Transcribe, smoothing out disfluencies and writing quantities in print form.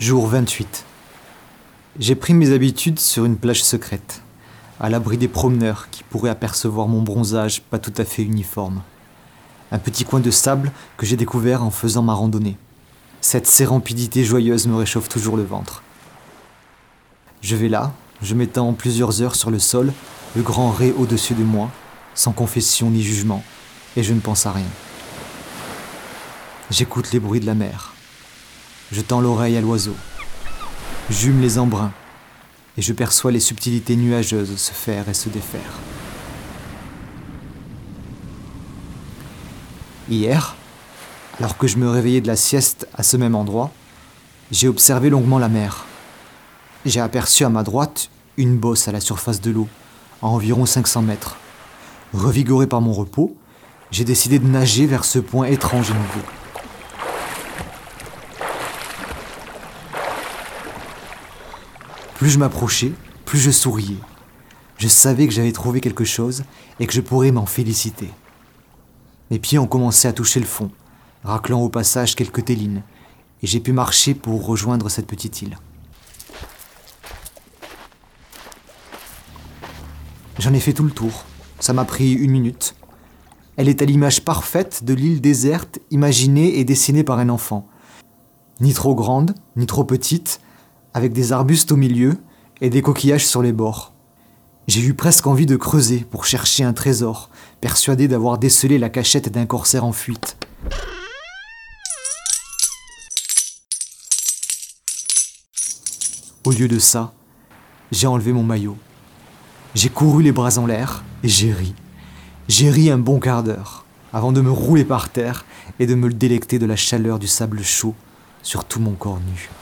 Jour 28. J'ai pris mes habitudes sur une plage secrète, à l'abri des promeneurs qui pourraient apercevoir mon bronzage pas tout à fait uniforme. Un petit coin de sable que j'ai découvert en faisant ma randonnée. Cette sérempidité joyeuse me réchauffe toujours le ventre. Je vais là, je m'étends plusieurs heures sur le sol, le grand ré au-dessus de moi, sans confession ni jugement, et je ne pense à rien. J'écoute les bruits de la mer. Je tends l'oreille à l'oiseau. J'hume les embruns, et je perçois les subtilités nuageuses se faire et se défaire. Hier, alors que je me réveillais de la sieste à ce même endroit, j'ai observé longuement la mer. J'ai aperçu à ma droite une bosse à la surface de l'eau, à environ 500 mètres. Revigoré par mon repos, j'ai décidé de nager vers ce point étrange et nouveau. Plus je m'approchais, plus je souriais. Je savais que j'avais trouvé quelque chose et que je pourrais m'en féliciter. Mes pieds ont commencé à toucher le fond, raclant au passage quelques télines, et j'ai pu marcher pour rejoindre cette petite île. J'en ai fait tout le tour. Ça m'a pris 1 minute. Elle est à l'image parfaite de l'île déserte imaginée et dessinée par un enfant. Ni trop grande, ni trop petite, avec des arbustes au milieu et des coquillages sur les bords. J'ai eu presque envie de creuser pour chercher un trésor, persuadé d'avoir décelé la cachette d'un corsaire en fuite. Au lieu de ça, j'ai enlevé mon maillot. J'ai couru les bras en l'air et j'ai ri. J'ai ri un bon quart d'heure, avant de me rouler par terre et de me délecter de la chaleur du sable chaud sur tout mon corps nu.